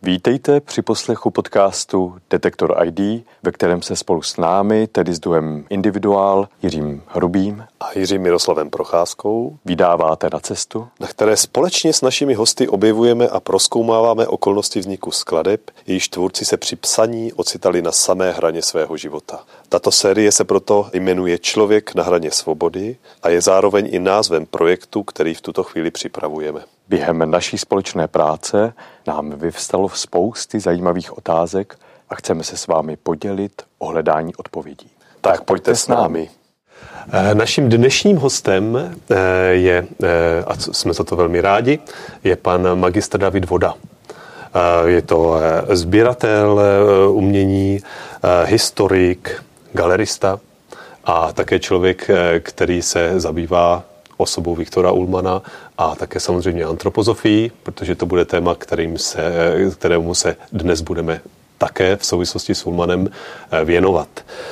Vítejte při poslechu podcastu Detektor ID, ve kterém se spolu s námi, tedy s duem Individuál, Jiřím Hrubým a Jiřím Miroslavem Procházkou, vydáváte na cestu, na které společně s našimi hosty objevujeme a prozkoumáváme okolnosti vzniku skladeb, jejíž tvůrci se při psaní ocitali na samé hraně svého života. Tato série se proto jmenuje Člověk na hraně svobody a je zároveň i názvem projektu, který v tuto chvíli připravujeme. Během naší společné práce nám vyvstalo spousty zajímavých otázek a chceme se s vámi podělit o hledání odpovědí. Tak pojďte s námi. Naším dnešním hostem je, a jsme za to velmi rádi, je pan magistr David Voda. Je to sběratel umění, historik, galerista a také člověk, který se zabývá osobou Viktora Ullmanna a také samozřejmě antropozofií, protože to bude téma, kterému se dnes budeme také v souvislosti s Ullmannem věnovat.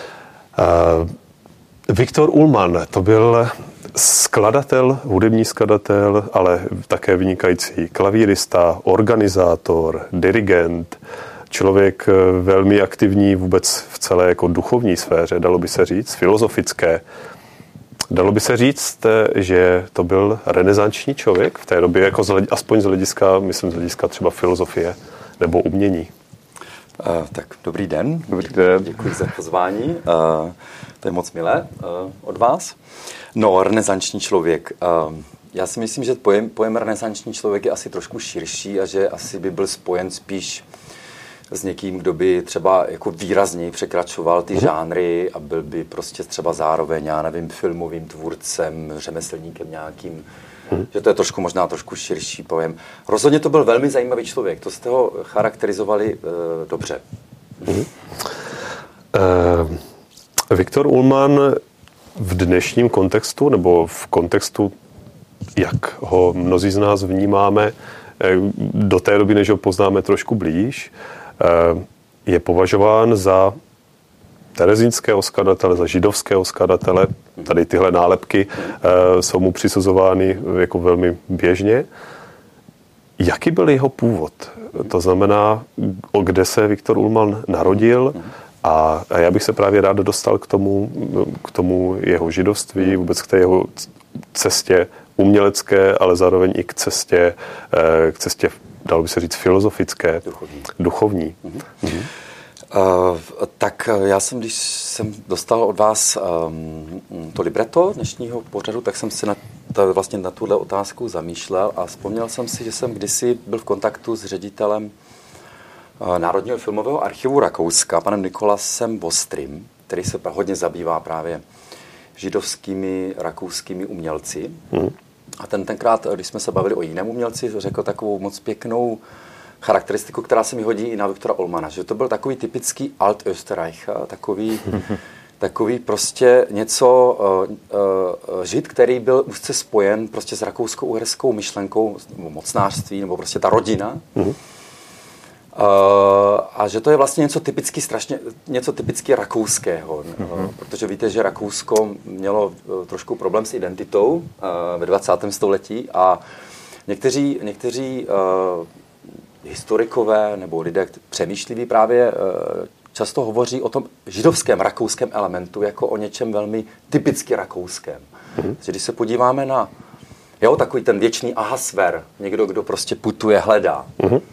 Viktor Ullmann to byl skladatel, hudební skladatel, ale také vynikající klavírista, organizátor, dirigent, člověk velmi aktivní vůbec v celé jako duchovní sféře, dalo by se říct, filozofické. Dalo by se říct, že to byl renesanční člověk v té době, jako aspoň z hlediska třeba filozofie nebo umění. Tak dobrý den. Dobrý den. Děkuji za pozvání. To je moc milé od vás. No, renesanční člověk. Já si myslím, že pojem renesanční člověk je asi trošku širší a že asi by byl spojen spíš s někým, kdo by třeba jako výrazněji překračoval ty žánry a byl by prostě třeba zároveň, já nevím, filmovým tvůrcem, řemeslníkem nějakým. Že to je možná trošku širší pojem. Rozhodně to byl velmi zajímavý člověk. To jste ho charakterizovali dobře. Viktor Ullmann v dnešním kontextu, nebo v kontextu, jak ho mnozí z nás vnímáme, do té doby, než ho poznáme trošku blíž, je považován za terezínského skladatele, za židovského skladatele. Tady tyhle nálepky jsou mu přisuzovány jako velmi běžně. Jaký byl jeho původ? To znamená, kde se Viktor Ullmann narodil a já bych se právě rád dostal k tomu jeho židovství, vůbec k té jeho cestě umělecké, ale zároveň i k cestě dalo by se říct, filozofické, duchovní. Tak já když jsem dostal od vás to libreto dnešního pořadu, tak jsem si vlastně na tuhle otázku zamýšlel a vzpomněl jsem si, že jsem kdysi byl v kontaktu s ředitelem Národního filmového archivu Rakouska, panem Nikolasem Vostrym, který se hodně zabývá právě židovskými rakouskými umělci. A tenkrát, když jsme se bavili o jiném umělci, řekl takovou moc pěknou charakteristiku, která se mi hodí i na Viktora Ullmanna, že to byl takový typický Altösterreicher, takový prostě něco žid, který byl úzce spojen prostě s rakousko-uherskou myšlenkou, nebo mocnářství, nebo prostě ta rodina. A že to je vlastně něco typicky rakouského, protože víte, že Rakousko mělo trošku problém s identitou ve 20. století a někteří historikové nebo lidé přemýšliví právě často hovoří o tom židovském rakouském elementu jako o něčem velmi typicky rakouském. Když se podíváme na takový ten věčný ahasver, někdo, kdo prostě putuje, hledá.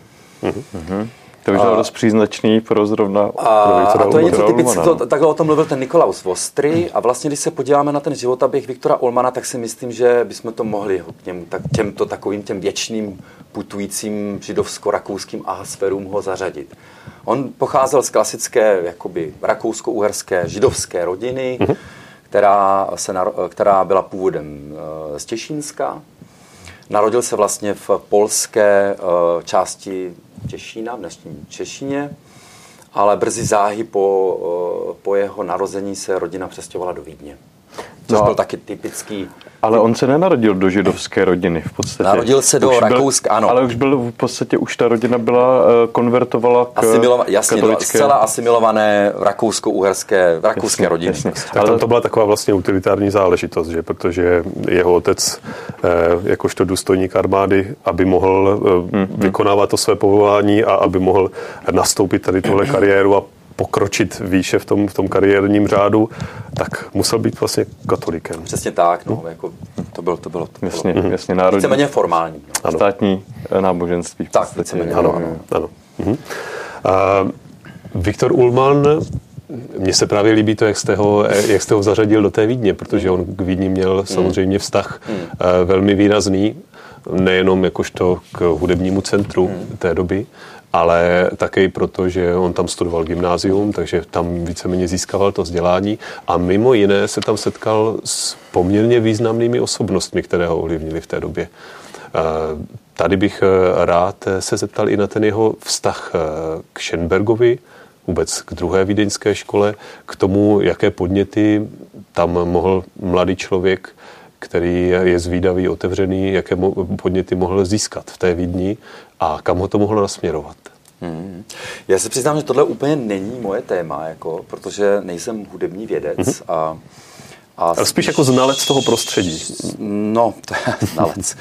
To už byl dost příznačný pro zrovna a to je něco typického, takhle o tom mluvil ten Nikolaus Vostry a vlastně, když se podíváme na ten životaběh Viktora Ullmanna, tak si myslím, že bychom to mohli těmto takovým těm věčným putujícím židovsko-rakouským ahasferům ho zařadit. On pocházel z klasické jakoby rakousko-uherské židovské rodiny, která byla původem z Těšínska. Narodil se vlastně v polské části Těšína, v dnešním Češíně, ale brzy záhy po jeho narození se rodina přestěhovala do Vídně. což byl taky typický. Ale on se nenarodil do židovské rodiny v podstatě. Narodil se do Rakouska, ano. Ale už byl v podstatě, už ta rodina byla, konvertovala k katolické. Zcela asimilované rakouské rodiny. Jasně. Tak tam to byla taková vlastně utilitární záležitost, že? Protože jeho otec, jakožto důstojník armády, aby mohl vykonávat to své povolání a aby mohl nastoupit tady tuhle kariéru a pokročit výše v tom kariérním řádu, tak musel být vlastně katolikem. Přesně tak, no, jako to bylo. Jasně, národní. Víceméně formální. No. Státní náboženství. Tak, víceméně. Ano. Viktor Ullmann, mně se právě líbí to, jak jste ho zařadil do té Vídně, protože on k Vídni měl samozřejmě vztah velmi výrazný, nejenom jakožto k hudebnímu centru té doby, ale také proto, že on tam studoval gymnázium, takže tam víceméně získával to vzdělání a mimo jiné se tam setkal s poměrně významnými osobnostmi, které ho ovlivnily v té době. Tady bych rád se zeptal i na ten jeho vztah k Schönbergovi, vůbec k druhé vídeňské škole, k tomu, jaké podněty tam mohl mladý člověk, který je zvídavý, otevřený, jaké podněty mohl získat v té Vídni a kam ho to mohlo nasměrovat. Já se přiznám, že tohle úplně není moje téma, jako, protože nejsem hudební vědec. Ale spíš jako znalec toho prostředí. No, to je znalec.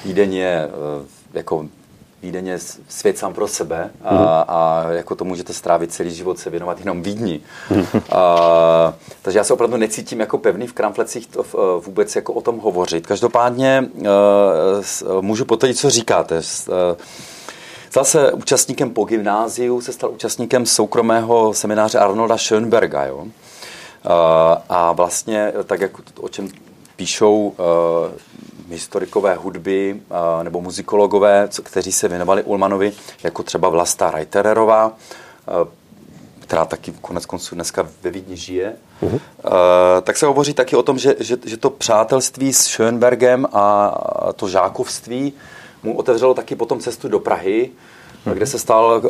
Vídeň je svět sám pro sebe a jako to můžete strávit celý život se věnovat jenom Vídni. Takže já se opravdu necítím jako pevný v kramflecích vůbec jako o tom hovořit. Každopádně můžu potvrdit, co říkáte. Stal se účastníkem po gymnáziu, se stal účastníkem soukromého semináře Arnolda Schönberga. Jo? A vlastně tak, jak o čem píšou historikové hudby nebo muzikologové, kteří se věnovali Ullmannovi, jako třeba Vlasta Reitererová, která taky konec konců dneska ve Vídni žije, tak se hovoří taky o tom, že to přátelství s Schönbergem a to žákovství mu otevřelo taky potom cestu do Prahy, kde se stal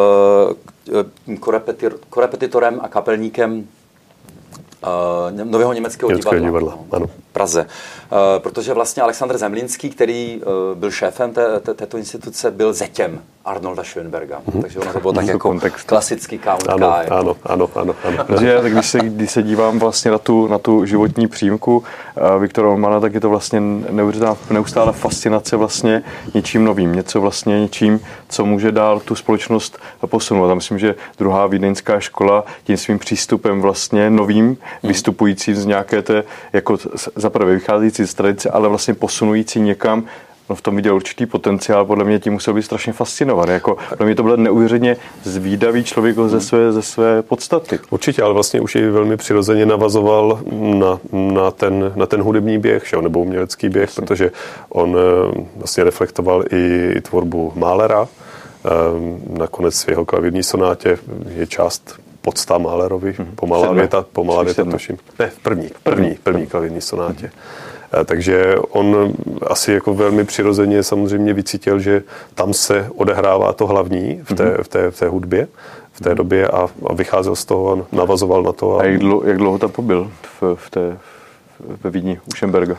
korepetitorem a kapelníkem Nového německého divadla v Praze. Protože vlastně Alexandr Zemlínský, který byl šéfem této instituce, byl zetěm Arnolda Schönberga. Takže ono to bylo tak jako klasický K. Ano. Protože když se dívám vlastně na tu životní přímku Viktora Ullmanna, tak je to vlastně neustále fascinace vlastně něčím novým. Něčím, co může dál tu společnost posunout. A myslím, že druhá vídeňská škola tím svým přístupem vlastně novým, vystupujícím z nějaké té, jako zaprvé vycházející z tradice, ale vlastně posunující někam, no v tom viděl určitý potenciál, podle mě tím musel být strašně fascinovaný. Jako, podle mě to byl neuvěřeně zvídavý člověk ze své podstaty. Určitě, ale vlastně už i velmi přirozeně navazoval na ten hudební běh, nebo umělecký běh, protože on vlastně reflektoval i tvorbu Mahlera. Nakonec v jeho klavírní sonátě je část podsta Mahlerovi, pomalá věta, tuším. Ne, první klavírní sonátě. Takže on asi jako velmi přirozeně samozřejmě vycítil, že tam se odehrává to hlavní v té hudbě v té době a vycházel z toho a navazoval na to. A jak dlouho tam pobyl ve Vídni u Schönberga?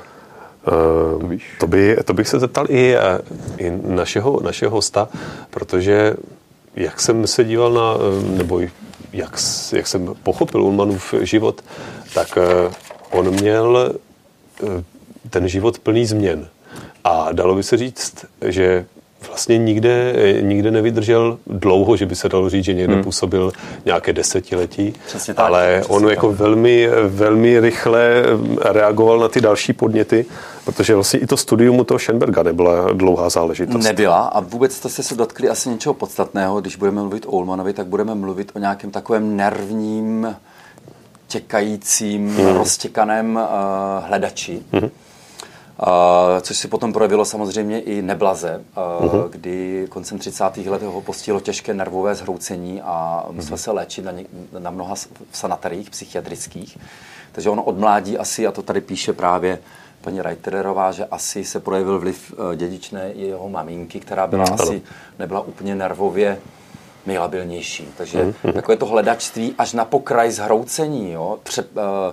To bych se zeptal i našeho hosta, protože jak jsem se díval nebo jak jsem pochopil Ullmannův život, tak on měl ten život plný změn. A dalo by se říct, že vlastně nikde nevydržel dlouho, že by se dalo říct, že někde působil nějaké desetiletí, ale on jako velmi, velmi rychle reagoval na ty další podněty, protože vlastně i to studium u toho Schönberga nebyla dlouhá záležitost. Nebyla a vůbec jste se dotkli asi něčeho podstatného. Když budeme mluvit o Ullmannovi, tak budeme mluvit o nějakém takovém nervním, těkajícím, roztěkaném hledači. Což si potom projevilo samozřejmě i neblaze, kdy koncem 30. let ho postihlo těžké nervové zhroucení a musel se léčit na mnoha sanatoriích psychiatrických. Takže on od mládí asi, a to tady píše právě paní Reitererová, že asi se projevil vliv dědičné i jeho maminky, která byla nebyla úplně nervově nejlabilnější. Takže takové to hledačství až na pokraj zhroucení, jo,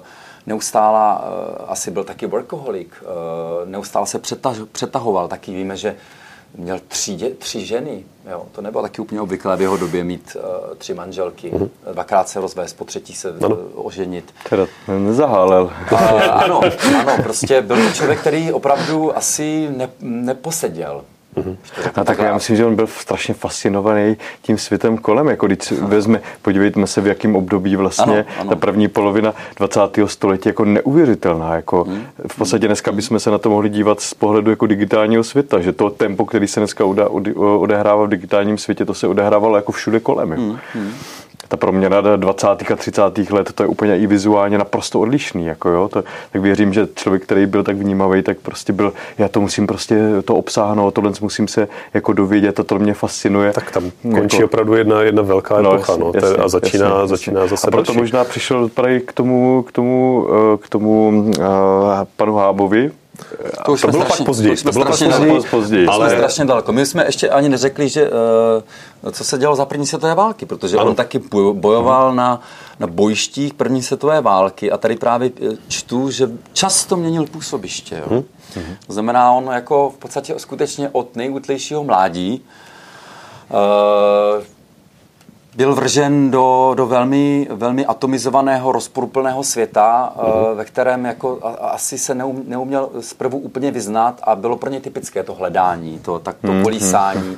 neustála, asi byl taky workoholik, neustále se přetahoval, taky víme, že měl tři ženy, jo. To nebylo taky úplně obvyklé v jeho době mít 3 manželky, 2krát se rozvést, po 3. se oženit. Teda nezahálel. Ano, prostě byl to člověk, který opravdu asi neposeděl. A tak já myslím, že on byl strašně fascinovaný tím světem kolem, jako když podívejme se, v jakém období vlastně ano. Ta první polovina 20. století jako neuvěřitelná, jako v podstatě dneska bychom se na to mohli dívat z pohledu jako digitálního světa, že to tempo, který se dneska odehrává v digitálním světě, to se odehrávalo jako všude kolem. Ta proměna 20. a 30. let, to je úplně i vizuálně naprosto odlišný. Jako jo, tak věřím, že člověk, který byl tak vnímavý, tak prostě byl, já to musím prostě to obsáhnout, tohle musím se jako dovědět, to mě fascinuje. Tak tam končí jako, opravdu jedna velká epocha, jasně, a začíná zase a proto další. Možná přišel právě k tomu panu Hábovi. To bylo pak později. Ale jsme strašně daleko. My jsme ještě ani neřekli, že co se dělo za první světové války, protože on taky bojoval na bojištích první světové války a tady právě čtu, že často měnil působiště. Jo. To znamená, on jako v podstatě skutečně od nejútlejšího mládí byl vržen do velmi, velmi atomizovaného, rozporuplného světa, ve kterém jako asi se neuměl zprvu úplně vyznat a bylo pro ně typické to hledání, to kolísání,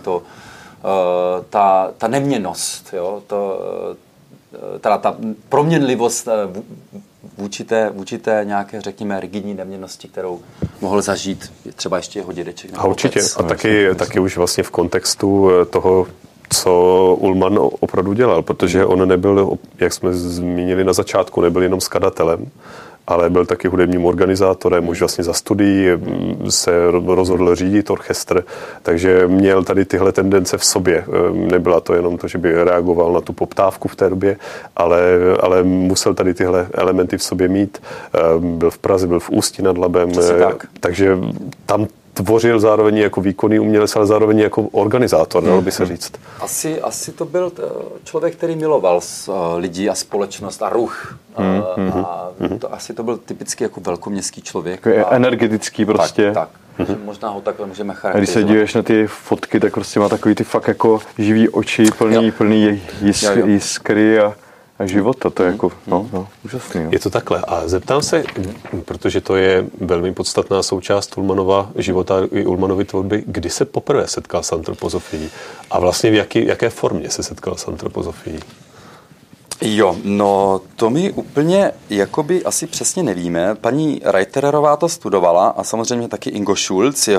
ta neměnnost, jo, teda ta proměnlivost vůči té nějaké, řekněme, rigidní neměnnosti, kterou mohl zažít třeba ještě jeho dědeček. A určitě. A taky už vlastně v kontextu toho, co Ullmann opravdu dělal, protože on nebyl, jak jsme zmínili na začátku, nebyl jenom skladatelem, ale byl taky hudebním organizátorem, už vlastně za studií se rozhodl řídit orchestr, takže měl tady tyhle tendence v sobě. Nebyla to jenom to, že by reagoval na tu poptávku v té době, ale musel tady tyhle elementy v sobě mít. Byl v Praze, byl v Ústí nad Labem, takže tam tvořil zároveň jako výkonný umělec, ale zároveň jako organizátor, dalo by se říct. Asi to byl člověk, který miloval lidi a společnost a ruch. Asi to byl typicky jako velkoměstský člověk. Energetický prostě. Tak. Možná ho takhle můžeme charakterizovat. Když se díváš na ty fotky, tak prostě má takový ty fakt jako živý oči, plný jiskry a života, to je jako, úžasný. Jo. Je to takhle. A zeptám se, protože to je velmi podstatná součást Ullmannova života i Ullmannovy tvorby, kdy se poprvé setkal s antropozofií? A vlastně v jaké formě se setkal s antropozofií? Jo, no to my úplně jakoby asi přesně nevíme. Paní Reitererová to studovala a samozřejmě taky Ingo Schulz,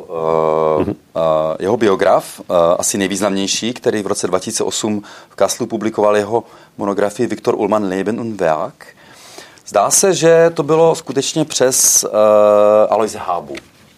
jeho biograf, asi nejvýznamnější, který v roce 2008 v Kasselu publikoval jeho monografii Viktor Ullmann Leben und Werk. Zdá se, že to bylo skutečně přes Aloise Hábu.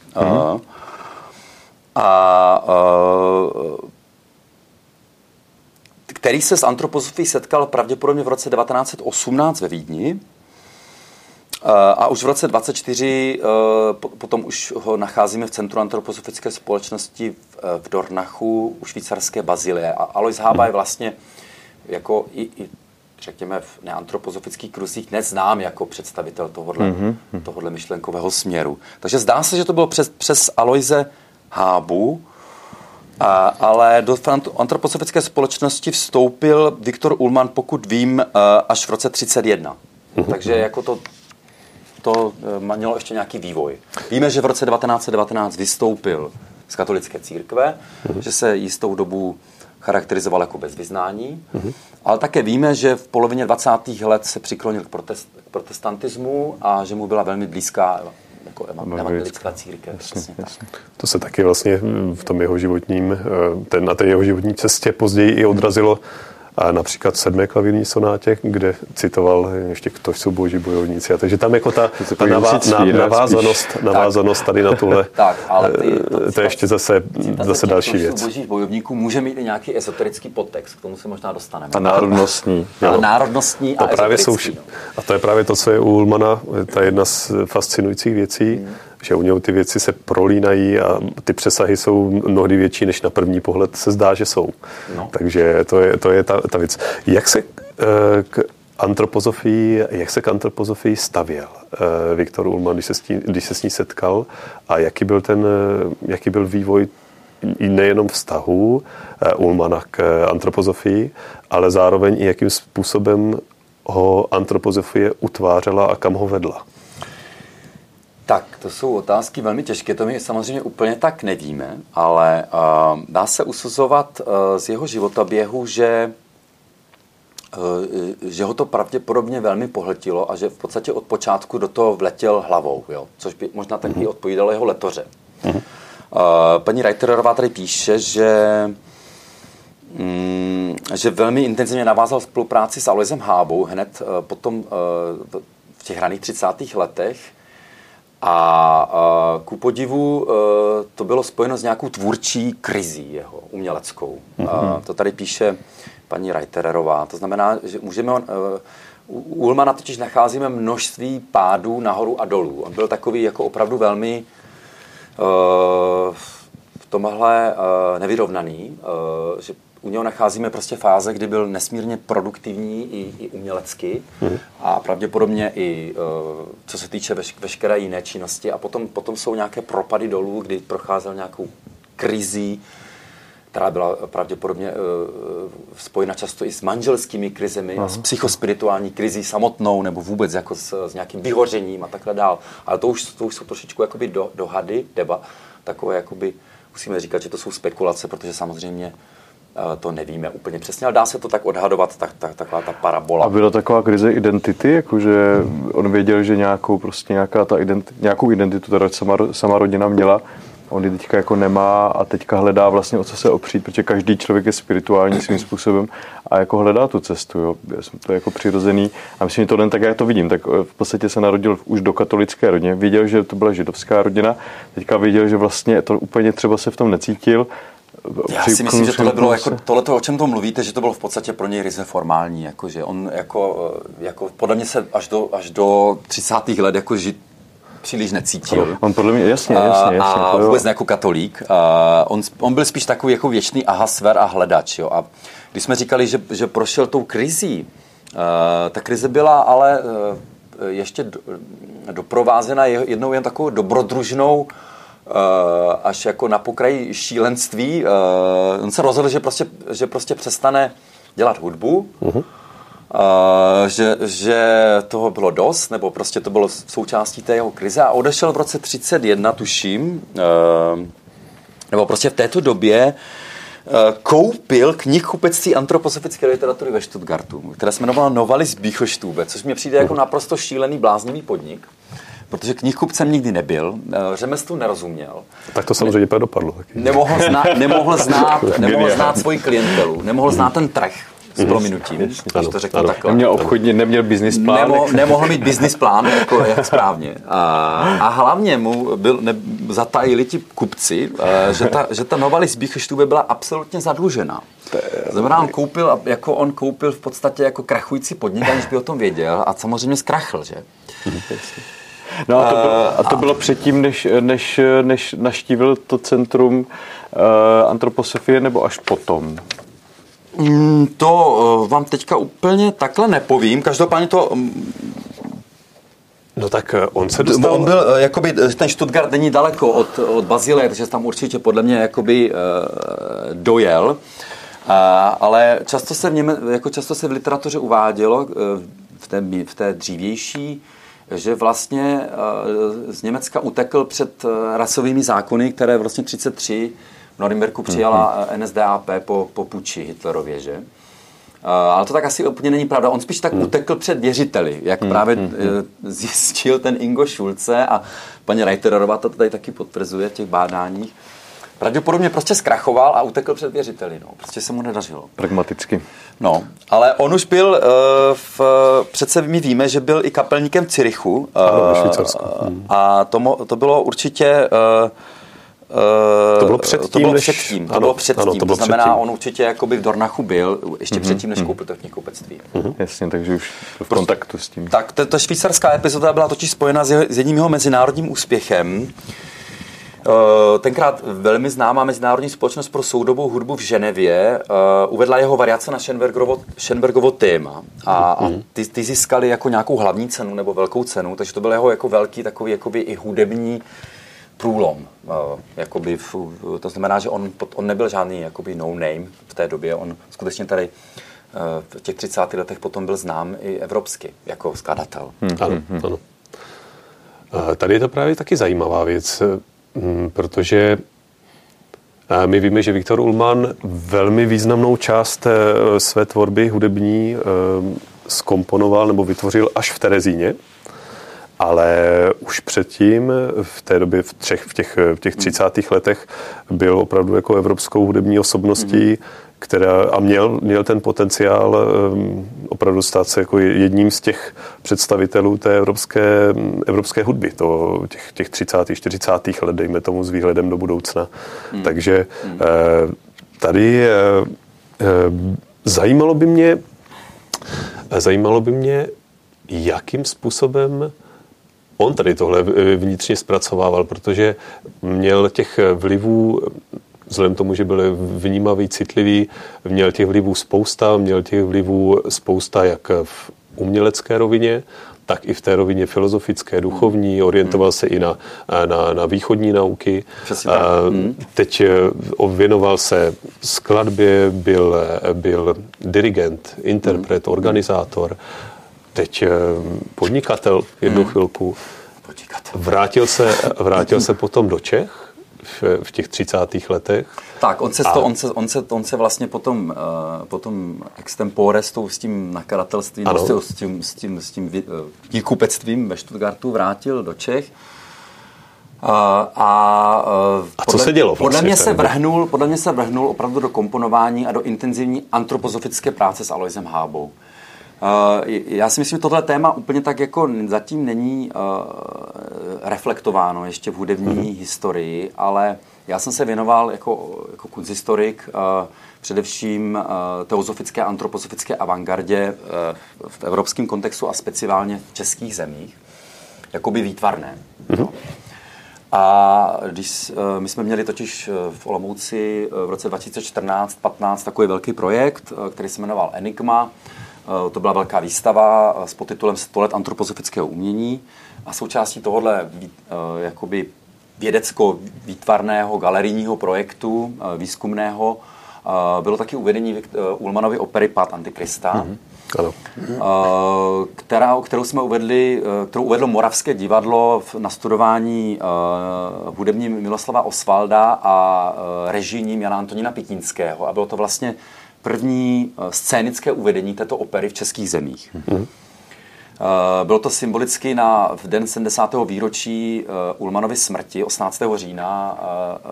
Který se s antropozofií setkal pravděpodobně v roce 1918 ve Vídni a už v roce 1924 potom už ho nacházíme v Centru antropozofické společnosti v Dornachu u švýcarské Bazilie. A Alois Hába je vlastně jako i řekněme v neantropozofických kruzích neznám jako představitel tohohle myšlenkového směru. Takže zdá se, že to bylo přes Aloise Hábu, ale do antropozofické společnosti vstoupil Viktor Ullmann, pokud vím, až v roce 1931. Takže jako to mělo ještě nějaký vývoj. Víme, že v roce 1919 vystoupil z katolické církve, že se jistou dobu charakterizoval jako bez vyznání, ale také víme, že v polovině 20. let se přiklonil k protestantismu a že mu byla velmi blízká jako evangelická církev. Jasně. To se taky vlastně v tom jeho životním, na té jeho životní cestě později i odrazilo například v 7. klavírní sonátě, kde citoval ještě Ktož jsou boží bojovníci. A takže tam jako ta navázanost tady na tuhle, to je ještě zase další věc. Božích bojovníků může mít i nějaký ezoterický podtext, k tomu se možná dostaneme. A národnostní. A ezoterický. A to je právě to, co je u Ullmanna, ta jedna z fascinujících věcí, že u něho ty věci se prolínají a ty přesahy jsou mnohdy větší, než na první pohled se zdá, že jsou. Takže to je ta věc. Jak se k Antropozofii, jak se k antropozofii stavěl Viktor Ullmann, když se s ní setkal a jaký byl vývoj nejenom vztahu Ullmanna k antropozofii, ale zároveň i jakým způsobem ho antropozofie utvářela a kam ho vedla? Tak, to jsou otázky velmi těžké, to my samozřejmě úplně tak nevíme, ale dá se usuzovat z jeho životoběhu, že ho to pravděpodobně velmi pohltilo a že v podstatě od počátku do toho vletěl hlavou, jo? Což by možná taky odpovídalo jeho letoře. Paní Reiterová tady píše, že velmi intenzivně navázal spolupráci s Aloisem Hábou hned potom v těch raných 30. letech a ku podivu to bylo spojeno s nějakou tvůrčí krizí jeho uměleckou. To tady píše paní Reiterová. To znamená, že můžeme u Ullmanna totiž nacházíme množství pádů nahoru a dolů. On byl takový jako opravdu velmi v tomhle nevyrovnaný, že u něho nacházíme prostě fáze, kdy byl nesmírně produktivní i umělecky a pravděpodobně i co se týče veškeré jiné činnosti a potom jsou nějaké propady dolů, kdy procházel nějakou krizí, která byla pravděpodobně spojena často i s manželskými krizemi a s psychospirituální krizí samotnou nebo vůbec jako s nějakým vyhořením a takhle dál. Ale to už jsou trošičku jakoby dohady, takové jakoby, musíme říkat, že to jsou spekulace, protože samozřejmě to nevíme úplně přesně, ale dá se to tak odhadovat, taková ta parabola. A byla taková krize identity, jakože on věděl, že nějakou identitu teda sama rodina měla, on ji teďka jako nemá a teďka hledá vlastně o co se opřít, protože každý člověk je spirituální svým způsobem a jako hledá tu cestu, jo. To je jako přirozený a myslím, že to jen tak, jak to vidím, tak v podstatě se narodil už do katolické rodiny, viděl, že to byla židovská rodina, teďka viděl, že vlastně to úplně třeba se v tom necítil. Já si myslím, že tohle bylo jako tohleto, o čem to mluvíte, že to bylo v podstatě pro něj ryze formální, jakože on jako podle mě se až do 30. let jako příliš necítil. On podle mě, jasně. A vůbec ne jako katolík. On byl spíš takový jako věčný ahasver a hledač. Jo. A když jsme říkali, že prošel tou krizí, ta krize byla ale ještě doprovázena jednou jen takovou dobrodružnou až jako na pokraji šílenství. On se rozhodl, že prostě přestane dělat hudbu, že toho bylo dost, nebo prostě to bylo součástí té jeho krize a odešel v roce 31, tuším, nebo prostě v této době koupil knihkupectví antroposofické literatury ve Stuttgartu, která se jmenovala Novalis Bücherstube, což mi přijde jako naprosto šílený, bláznivý podnik, protože knihkupcem nikdy nebyl, řemeslu nerozuměl. Tak to samozřejmě pak dopadlo. Nemohl znát svoji klientelu, nemohl znát ten trh. S prominutím, když to řeknu takhle. Neměl business plán. Nemohl mít business plán, jako jak správně. A hlavně mu zatajili ti kupci, že ta Novalis Bücherstube byla absolutně zadlužená. Znamená, on koupil v podstatě jako krachující podnik, aniž by o tom věděl a samozřejmě zkrachl, že? No a to bylo předtím, než navštívil to centrum antroposofie, nebo až potom? To vám teďka úplně takhle nepovím. Každopádně to... No tak on se dostal... On byl, jakoby, ten Stuttgart není daleko od Bazileje, takže tam určitě podle mě jakoby dojel. Ale často se v literatuře uvádělo, v té dřívější, že vlastně z Německa utekl před rasovými zákony, které v roce 1933 v Norimberku přijala NSDAP po puči Hitlerově, že? Ale to tak asi úplně není pravda. On spíš tak utekl před věřiteli, jak právě zjistil ten Ingo Schulze a paní Reiterová to tady taky potvrzuje v těch bádáních. Pravděpodobně prostě zkrachoval a utekl před věřiteli. No. Prostě se mu nedařilo. Pragmaticky. No, ale on už byl, přece my víme, že byl i kapelníkem v Curychu. A to bylo určitě... To bylo předtím. To znamená, on určitě jakoby v Dornachu byl, ještě předtím, než koupil to knihkupectví. Jasně, takže už v kontaktu s tím. Tak ta švýcarská epizoda byla totiž spojena s jedním jeho mezinárodním úspěchem. Tenkrát velmi známá Mezinárodní společnost pro soudobou hudbu v Ženevě uvedla jeho variace na Schönbergovo téma a ty získali jako nějakou hlavní cenu nebo velkou cenu, takže to byl jeho jako velký takový jakoby i hudební průlom. Jakoby to znamená, že on nebyl žádný jakoby no name v té době, on skutečně tady v těch 30. letech potom byl znám i evropsky jako skladatel. Ano. Tady je to právě taky zajímavá věc, protože my víme, že Viktor Ullmann velmi významnou část své tvorby hudební zkomponoval nebo vytvořil až v Terezíně, ale už předtím, v té době v těch 30. letech byl opravdu jako evropskou hudební osobností, a měl ten potenciál opravdu stát se jako jedním z těch představitelů té evropské hudby, těch 30. 40. let, dejme tomu, s výhledem do budoucna. Takže tady zajímalo by mě, jakým způsobem on tady tohle vnitřně zpracovával, protože měl těch vlivů, vzhledem tomu, že byl vnímavý, citlivý, měl těch vlivů spousta jak v umělecké rovině, tak i v té rovině filozofické, duchovní, orientoval se i na východní nauky. Teď věnoval se skladbě, byl dirigent, interpret, organizátor, teď podnikatel jednu chvilku. Vrátil se potom do Čech v těch 30. letech. Tak, on se vlastně potom extempore s tím nakladatelstvím, s tím knihkupectvím ve Stuttgartu vrátil do Čech. A co se dělo? Podle mě se vrhnul opravdu do komponování a do intenzivní antropozofické práce s Aloisem Hábou. Já si myslím, že tohle téma úplně tak jako zatím není reflektováno ještě v hudební historii, ale já jsem se věnoval jako kunsthistorik především teozofické a antropozofické avantgardě v evropském kontextu a speciálně v českých zemích, jakoby výtvarné. A když my jsme měli totiž v Olomouci v roce 2014-15 takový velký projekt, který se jmenoval Enigma. To byla velká výstava s podtitulem 100 let antropozofického umění a součástí tohohle jakoby vědecko-výtvarného galerijního projektu výzkumného bylo taky uvedení Ullmannovy opery Pád Antikrista, kterou uvedlo Moravské divadlo na studování hudebním Miloslava Osvalda a režijním Jana Antonína Pitínského. A bylo to vlastně první scénické uvedení této opery v českých zemích. Bylo to symbolicky v den 70. výročí Ullmannovy smrti, 18. října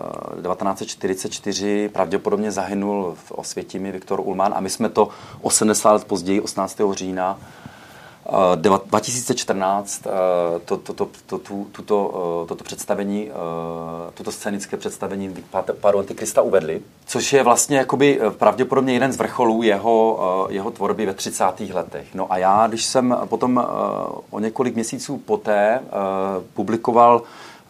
1944. Pravděpodobně zahynul v Osvětimi Viktor Ullmann a my jsme to 80 let později, 18. října 2014, toto představení, toto scénické představení Pádu Antikrista uvedli, což je vlastně jakoby pravděpodobně jeden z vrcholů jeho tvorby ve 30. letech. No a já, když jsem potom o několik měsíců poté publikoval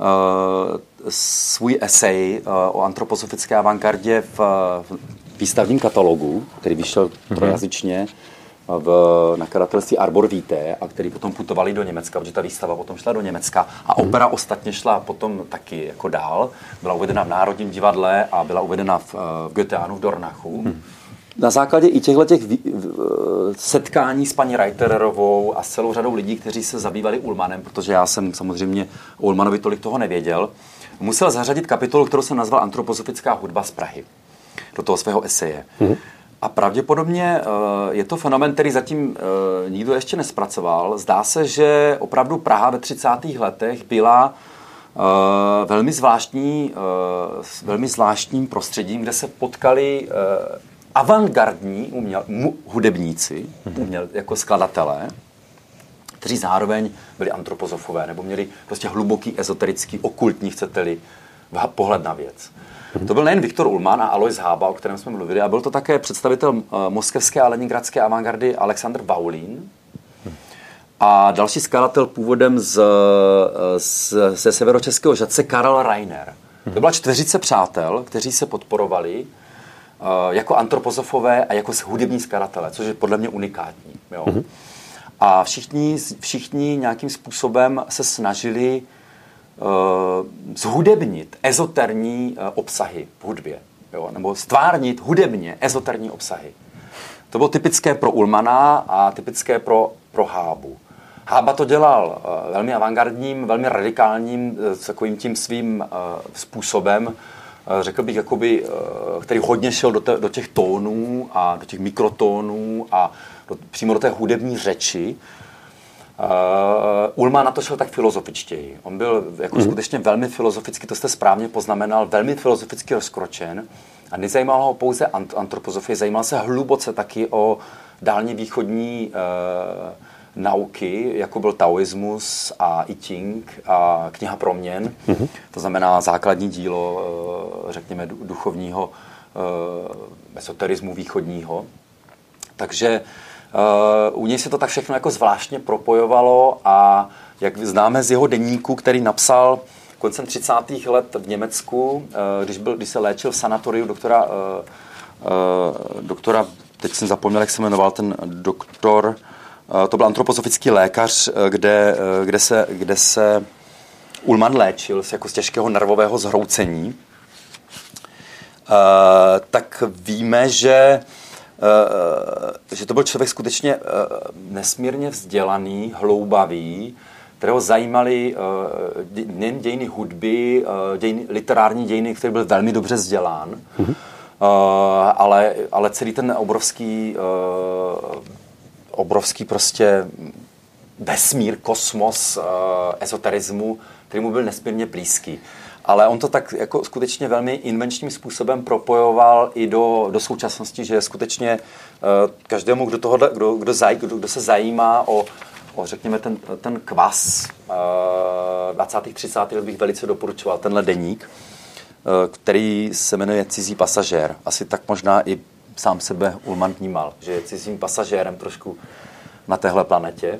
svůj esej o antropozofické avantgardě v výstavním katalogu, který vyšel trojazyčně v nakladatelství Arbor Vitae a který potom putovali do Německa, protože ta výstava potom šla do Německa a opera ostatně šla potom taky jako dál. Byla uvedena v Národním divadle a byla uvedena v Goetheanu v Dornachu. Na základě i těchto setkání s paní Reiterovou a s celou řadou lidí, kteří se zabývali Ullmannem, protože já jsem samozřejmě o Ullmannovi tolik toho nevěděl, musel zařadit kapitolu, kterou jsem nazval Antropozofická hudba z Prahy, do toho svého eseje. A pravděpodobně je to fenomén, který zatím nikdo ještě nespracoval. Zdá se, že opravdu Praha ve 30. letech byla velmi zvláštním prostředím, kde se potkali avantgardní hudebníci, jako skladatelé, kteří zároveň byli antropozofové, nebo měli prostě hluboký, ezoterický, okultní, chcete-li, pohled na věc. To byl nejen Viktor Ullmann a Alois Hába, o kterém jsme mluvili, a byl to také představitel moskevské a leningradské avantgardy Alexandr Baulín a další skladatel původem ze severočeského Žatce Karel Reiner. To byla čtveřice přátel, kteří se podporovali jako antropozofové a jako hudební skladatelé, což je podle mě unikátní. Jo. A všichni nějakým způsobem se snažili zhudebnit ezoterní obsahy v hudbě, jo, nebo stvárnit hudebně ezoterní obsahy. To bylo typické pro Ullmana a typické pro Hábu. Hába to dělal velmi avantgardním, velmi radikálním, takovým tím svým způsobem, řekl bych, jakoby, který hodně šel do těch tónů a do těch mikrotónů a přímo do té hudební řeči. Ullman na to šel tak filozofičtěji. On byl jako skutečně velmi filozoficky, to jste správně poznamenal, velmi filozoficky rozkročen a nezajímalo ho pouze antropozofie, zajímal se hluboce taky o dálně východní nauky, jako byl taoismus a I Ching a kniha proměn, to znamená základní dílo, řekněme, duchovního esoterismu východního. Takže u něj se to tak všechno jako zvláštně propojovalo a jak známe z jeho deníku, který napsal koncem 30. let v Německu, když se léčil v sanatoriu doktora, teď jsem zapomněl, jak se jmenoval ten doktor, to byl antropozofický lékař, kde se Ullman léčil jako z těžkého nervového zhroucení, tak víme, že to byl člověk skutečně nesmírně vzdělaný, hloubavý, kterého zajímaly nejen dějiny hudby, literární dějiny, který byl velmi dobře vzdělán, ale celý ten obrovský prostě vesmír, kosmos ezoterismu, který mu byl nesmírně blízký. Ale on to tak jako skutečně velmi invenčním způsobem propojoval i do současnosti, že skutečně každému, kdo se zajímá o řekněme, ten kvas 20. 30. let bych velice doporučoval, tenhle deník, který se jmenuje Cizí pasažér. Asi tak možná i sám sebe Ullman vnímal, že je cizím pasažérem trošku na téhle planetě.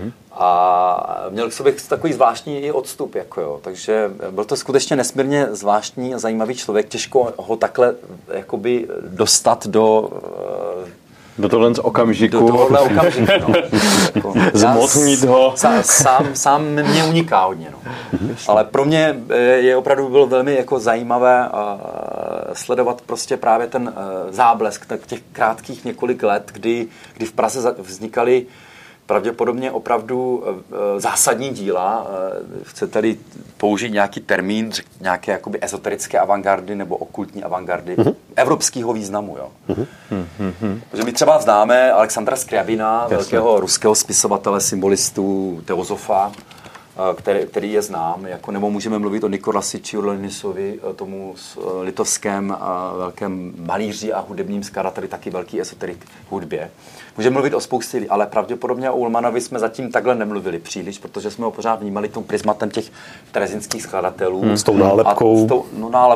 A měl k sobě takový zvláštní i odstup. Jako jo. Takže byl to skutečně nesmírně zvláštní a zajímavý člověk. Těžko ho takhle jakoby dostat do tohle okamžiku. Do tohohle okamžiku, no. Jako, zmocnit ho. Sám mě uniká hodně, no. Ale pro mě je opravdu bylo velmi jako zajímavé sledovat prostě právě ten záblesk těch krátkých několik let, kdy v Praze vznikaly pravděpodobně opravdu zásadní díla. Chcete-li použít nějaký termín, nějaké jakoby ezoterické avantgardy nebo okultní avantgardy evropského významu. Jo. Protože my třeba známe Alexandra Skriabina, velkého ruského spisovatele, symbolistu, teozofa, který je znám, jako, nebo můžeme mluvit o Nikolasi Čiurlenisovi, tomu litovském velkém malíři a hudebním skladateli, taky velký esoterik v hudbě. Můžeme mluvit o spoustě, ale pravděpodobně o Ullmanovi jsme zatím takhle nemluvili příliš, protože jsme ho pořád vnímali tím prismatem těch terezinských skladatelů. S tou nálepkou.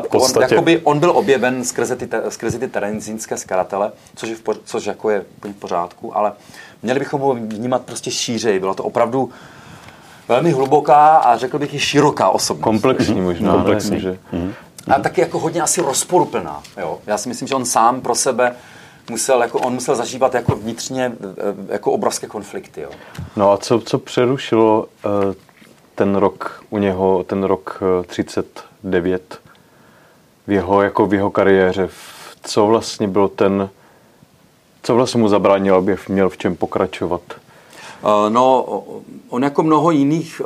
On byl objeven skrze ty terezínské skladatele, což jako je v pořádku, ale měli bychom ho vnímat prostě šířej. Bylo to opravdu velmi hluboká a řekl bych i široká osobnost. Komplexní možná. Komplexní. A taky jako hodně asi rozporuplná. Jo? Já si myslím, že on sám pro sebe musel zažívat jako vnitřně jako obrovské konflikty. Jo? No a co přerušilo ten rok u něho, ten rok 39 v jeho kariéře? Co vlastně bylo co vlastně mu zabránilo, aby měl v čem pokračovat? No, on jako mnoho jiných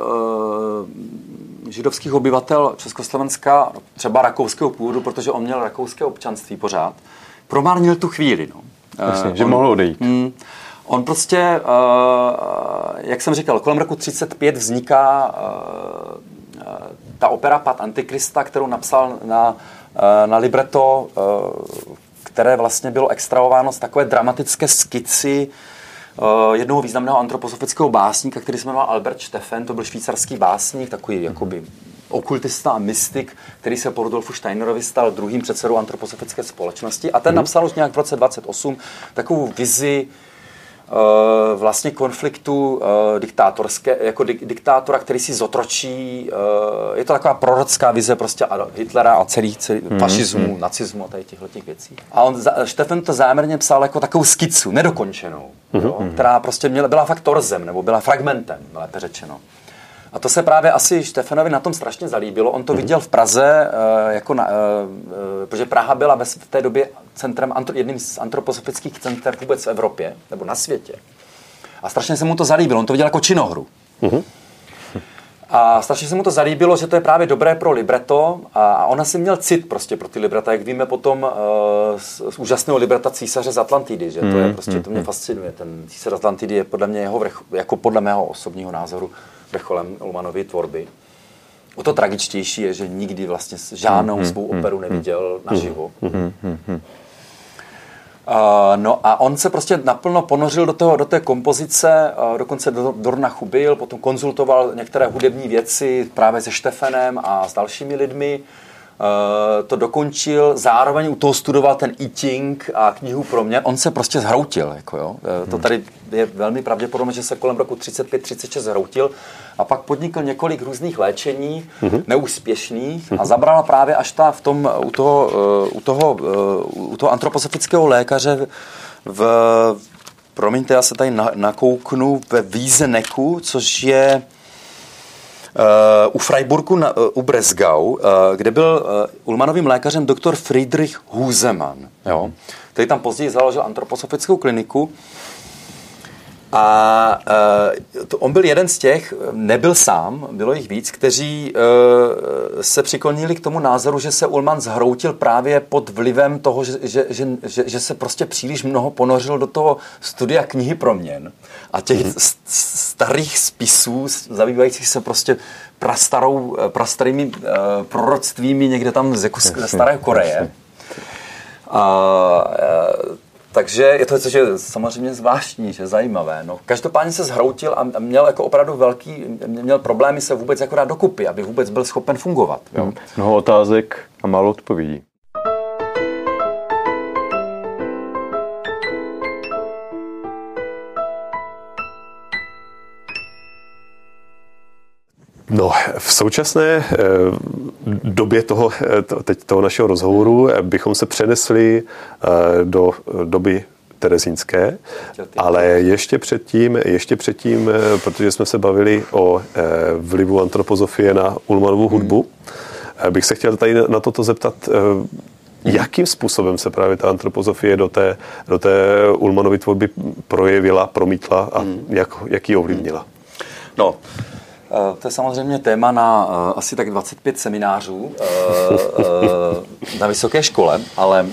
židovských obyvatel Československa, třeba rakouského původu, protože on měl rakouské občanství pořád, promarnil tu chvíli. No. Jasně, že mohl odejít. On prostě, jak jsem říkal, kolem roku 35 vzniká ta opera Pád Antikrista, kterou napsal na libreto, které vlastně bylo extrahováno z takové dramatické skici jednoho významného antropozofického básníka, který se jmenoval Albert Steffen, to byl švýcarský básník, takový jakoby okultista a mystik, který se po Rudolfu Steinerovi stal druhým předsedou antropozofické společnosti a ten napsal už nějak v roce 28 takovou vizi vlastně konfliktu diktátorské, jako diktátora, který si zotročí, je to taková prorocká vize prostě Hitlera a celý fašismu, nacismu a tady těchto věcí. A Štefan to záměrně psal jako takovou skicu, nedokončenou, jo, která prostě byla fakt torzem, nebo byla fragmentem, lépe řečeno. A to se právě asi Štefanovi na tom strašně zalíbilo. On to viděl v Praze, protože Praha byla v té době jedním z antroposofických center vůbec v Evropě, nebo na světě. A strašně se mu to zalíbilo. On to viděl jako činohru. A strašně se mu to zalíbilo, že to je právě dobré pro libreto. A on asi měl cit prostě pro ty libreta, jak víme potom z úžasného libreta Císaře z Atlantidy, že to je prostě, to mě fascinuje. Ten Císař Atlantidy je podle mě jeho jako podle mého osobního názoru vrcholem Ullmanovy tvorby. O to tragičtější je, že nikdy vlastně žádnou svou operu neviděl naživo. No a on se prostě naplno ponořil do té kompozice, dokonce do Dornachu byl, potom konzultoval některé hudební věci právě se Štefanem a s dalšími lidmi. To dokončil, zároveň u toho studoval ten I Ching a knihu pro mě. On se prostě zhroutil. Jako jo. To tady je velmi pravděpodobné, že se kolem roku 35-36 zhroutil a pak podnikl několik různých léčení, neúspěšných a zabral právě až u toho antroposofického lékaře promiňte, já se tady nakouknu, ve Wieseneku, což je u Freiburgu u Bresgau, kde byl Ullmanovým lékařem doktor Friedrich Husemann, jo, který tam později založil antroposofickou kliniku. A on byl jeden z těch, nebyl sám, bylo jich víc, kteří se přiklonili k tomu názoru, že se Ullmann zhroutil právě pod vlivem toho, že se prostě příliš mnoho ponořil do toho studia knihy proměn a těch starých spisů, zabývajících se prostě prastarými proroctvími někde tam jako ze staré Koreje. Takže je to, což je samozřejmě zvláštní, že zajímavé. No, každopádně se zhroutil a měl jako opravdu měl problémy se vůbec jako dát dokupy, aby vůbec byl schopen fungovat. Jo. Mnoho otázek a málo odpovědí. No, v současné době toho našeho rozhovoru bychom se přenesli do doby terezínské, ale ještě předtím, protože jsme se bavili o vlivu antroposofie na Ullmanovu hudbu, bych se chtěl tady na toto zeptat, jakým způsobem se právě ta antroposofie do té Ullmanovy tvorby projevila, promítla a jak ji ovlivnila? No, to je samozřejmě téma na asi tak 25 seminářů na vysoké škole, ale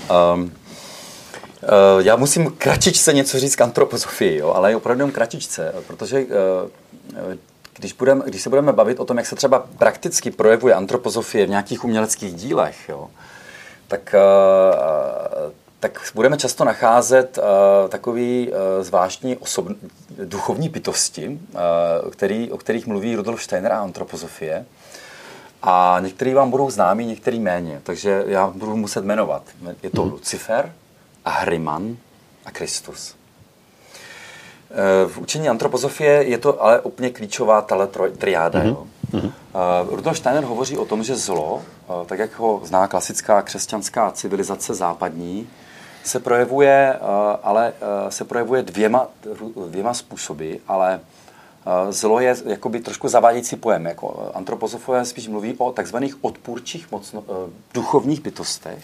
já musím kratičce něco říct k antroposofii, jo, ale opravdu jen kratičce, protože když se budeme bavit o tom, jak se třeba prakticky projevuje antroposofie v nějakých uměleckých dílech, jo, tak budeme často nacházet takový zvláštní duchovní bytosti, o kterých mluví Rudolf Steiner a antroposofie. A některý vám budou známí, některý méně. Takže já budu muset jmenovat. Je to Lucifer, Ahriman a Kristus. V učení antroposofie je to ale úplně klíčová triáda. Jo? Rudolf Steiner hovoří o tom, že zlo, tak jak ho zná klasická křesťanská civilizace západní, se projevuje dvěma způsoby, ale zlo je jakoby trošku zavádějící pojem. Jako antroposofové spíš mluví o takzvaných odpůrčích duchovních bytostech,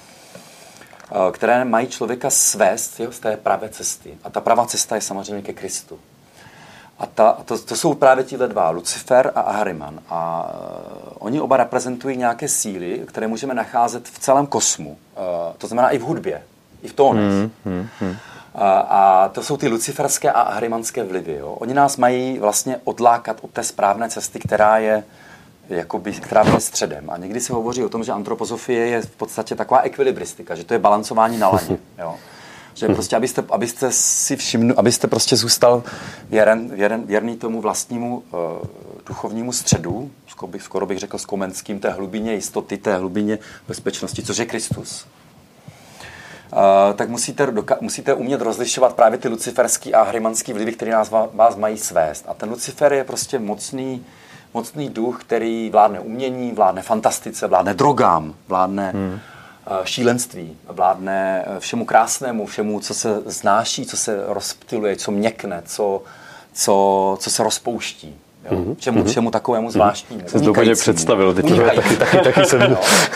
které mají člověka svést z té pravé cesty. A ta pravá cesta je samozřejmě ke Kristu. A to jsou právě tíhle dva, Lucifer a Ahriman. A oni oba reprezentují nějaké síly, které můžeme nacházet v celém kosmu. To znamená i v hudbě, i v tónech. A to jsou ty luciferské a ahrimanské vlivy. Jo. Oni nás mají vlastně odlákat od té správné cesty, která je středem. A někdy se hovoří o tom, že antroposofie je v podstatě taková ekvilibristika, že to je balancování na laně. Jo. Že prostě, abyste si všimnul, abyste prostě zůstal věrný tomu vlastnímu duchovnímu středu, skoro bych řekl s Komenským, té hlubině jistoty, té hlubině bezpečnosti, což je Kristus. tak musíte umět rozlišovat právě ty luciferský a ahrimanský vlivy, které vás mají svést. A ten Lucifer je prostě mocný duch, který vládne umění, vládne fantastice, vládne drogám, vládne šílenství, vládne všemu krásnému, všemu, co se znáší, co se rozptyluje, co měkne, co se rozpouští. Čemu takovému zvláštnímu. Jsem to úplně představil. Taky jsem...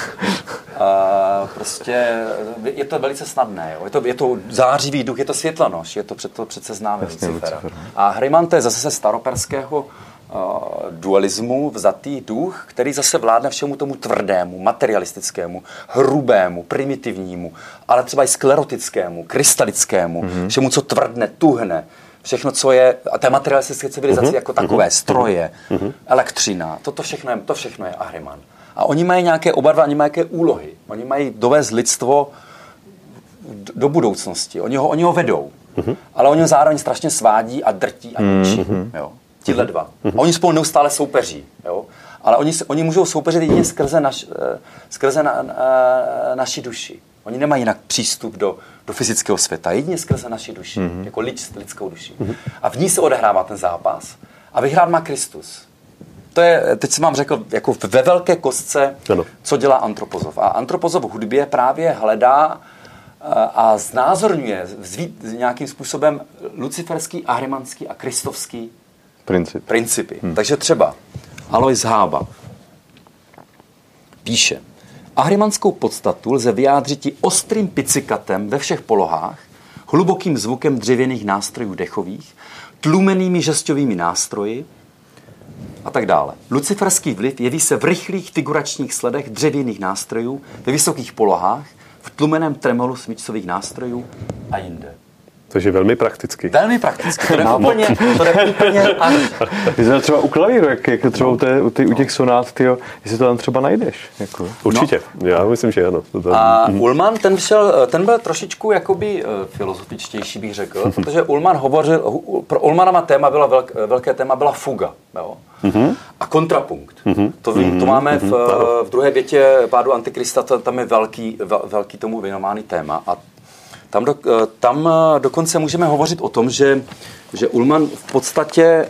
Prostě je to velice snadné. Jo? Je to zářivý duch, je to světlonož, je to přece známe Lucifera. A Ahriman to je zase ze staroperského dualismu vzatý duch, který zase vládne všemu tomu tvrdému, materialistickému, hrubému, primitivnímu, ale třeba i sklerotickému, krystalickému, všemu, co tvrdne, tuhne, všechno, co je, a té materialistické civilizaci jako takové, stroje, elektřina, to všechno je Ahriman. A oni mají nějaké oba oni mají nějaké úlohy. Oni mají dovést lidstvo do budoucnosti. Oni ho vedou. Ale oni ho zároveň strašně svádí a drtí a ničí. Tihle dva. A oni spolu neustále soupeří. Jo? Ale oni můžou soupeřit jedině skrze naši duši. Oni nemají jinak přístup do fyzického světa. Jedině skrze naši duši. Jako lidskou duši. A v ní se odehrává ten zápas. A vyhrát má Kristus. To je, teď jsem vám řekl, jako ve velké kostce, co dělá Antropozov. A Antropozov v hudbě právě hledá a znázorňuje nějakým způsobem luciferský, ahrimanský a kristovský principy. Takže třeba Alois Hába píše: ahrimanskou podstatu lze vyjádřit i ostrým picikatem ve všech polohách, hlubokým zvukem dřevěných nástrojů dechových, tlumenými žesťovými nástroji a tak dále. Luciferský vliv jeví se v rychlých figuračních sledech dřevěných nástrojů, ve vysokých polohách, v tlumeném tremolu smyčcových nástrojů a jinde. Takže velmi prakticky. Velmi prakticky. To je úplně ano. Ty jsi třeba u klavíru, jak třeba u těch sonát, tyjo, jestli to tam třeba najdeš. Jako. Určitě, já myslím, že ano. A Ullmann, ten byl trošičku jakoby filozofičtější, bych řekl, protože Ullmann hovořil, pro Ullmannova téma bylo velké téma byla fuga. Jo? A kontrapunkt. To máme v druhé větě Pádu Antikrista, tam je velký tomu věnovaný téma. A tam dokonce můžeme hovořit o tom, že Ullmann v podstatě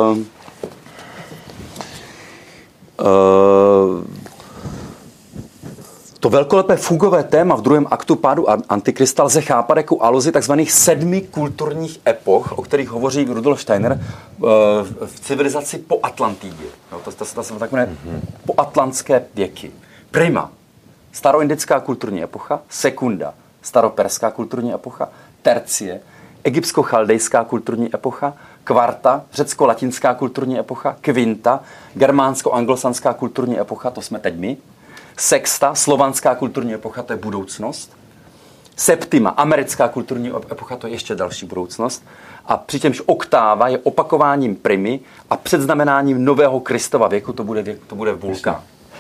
to velkolepé fugové téma v druhém aktu Pádu Antikrista lze chápat jako aluzi takzvaných 7 kulturních epoch, o kterých hovoří Rudolf Steiner v civilizaci po Atlantidě. To jsou takové poatlantské věky. Prima, staroindická kulturní epocha, sekunda, staroperská kulturní epocha, tercie, egyptsko-chaldejská kulturní epocha, kvarta, řecko-latinská kulturní epocha, kvinta, germánsko-anglosanská kulturní epocha, to jsme teď my, sexta, slovanská kulturní epocha, to je budoucnost, septima, americká kulturní epocha, to je ještě další budoucnost, a přičemž oktáva je opakováním primy a předznamenáním nového Kristova věku, to bude vulkán.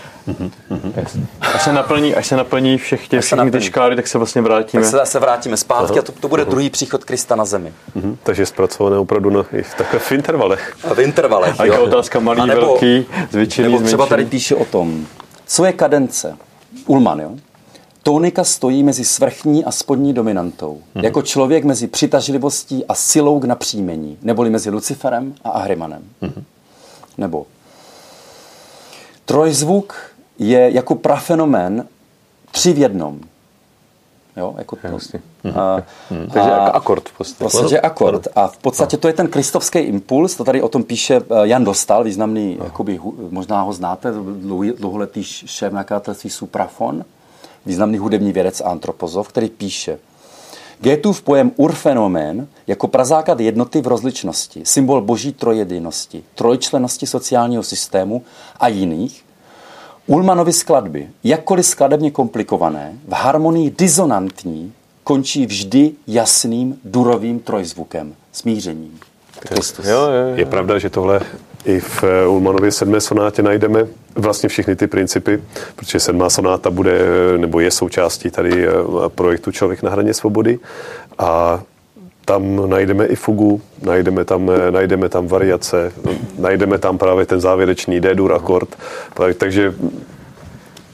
Až se naplní všechny ty škály, tak se vlastně vrátíme. Tak se vrátíme zpátky a to bude druhý příchod Krista na zemi. Takže zpracované opravdu v intervalech. V intervalech, a jo. Otázka malý, velký, zvětšený, nebo třeba tady píše o tom, co je kadence. Ullmann, jo? Tónika stojí mezi svrchní a spodní dominantou. Jako člověk mezi přitažlivostí a silou k napříjmení. Neboli mezi Luciferem a Ahrimanem. Nebo trojzvuk je jako prafenomén 3 v jednom. Jo, jako to. Takže akord v podstatě. V podstatě akord. A v podstatě to je ten kristovský impuls, to tady o tom píše Jan Dostal, významný, jakoby, možná ho znáte, dlouholetý šéf nakladatelství Suprafon, významný hudební vědec a antropozov, který píše: Goethův pojem urfenomén jako prazáklad jednoty v rozličnosti, symbol boží trojjedinosti, trojčlennosti sociálního systému a jiných, Ullmannovy skladby, jakkoliv skladebně komplikované, v harmonii disonantní, končí vždy jasným durovým trojzvukem, smířením. Kristus. Je pravda, že tohle i v Ullmannově 7. sonátě najdeme vlastně všechny ty principy, protože 7. sonáta bude, nebo je součástí tady projektu Člověk na hraně svobody a tam najdeme i fugu, najdeme tam variace, najdeme tam právě ten závěrečný D-dur akord, takže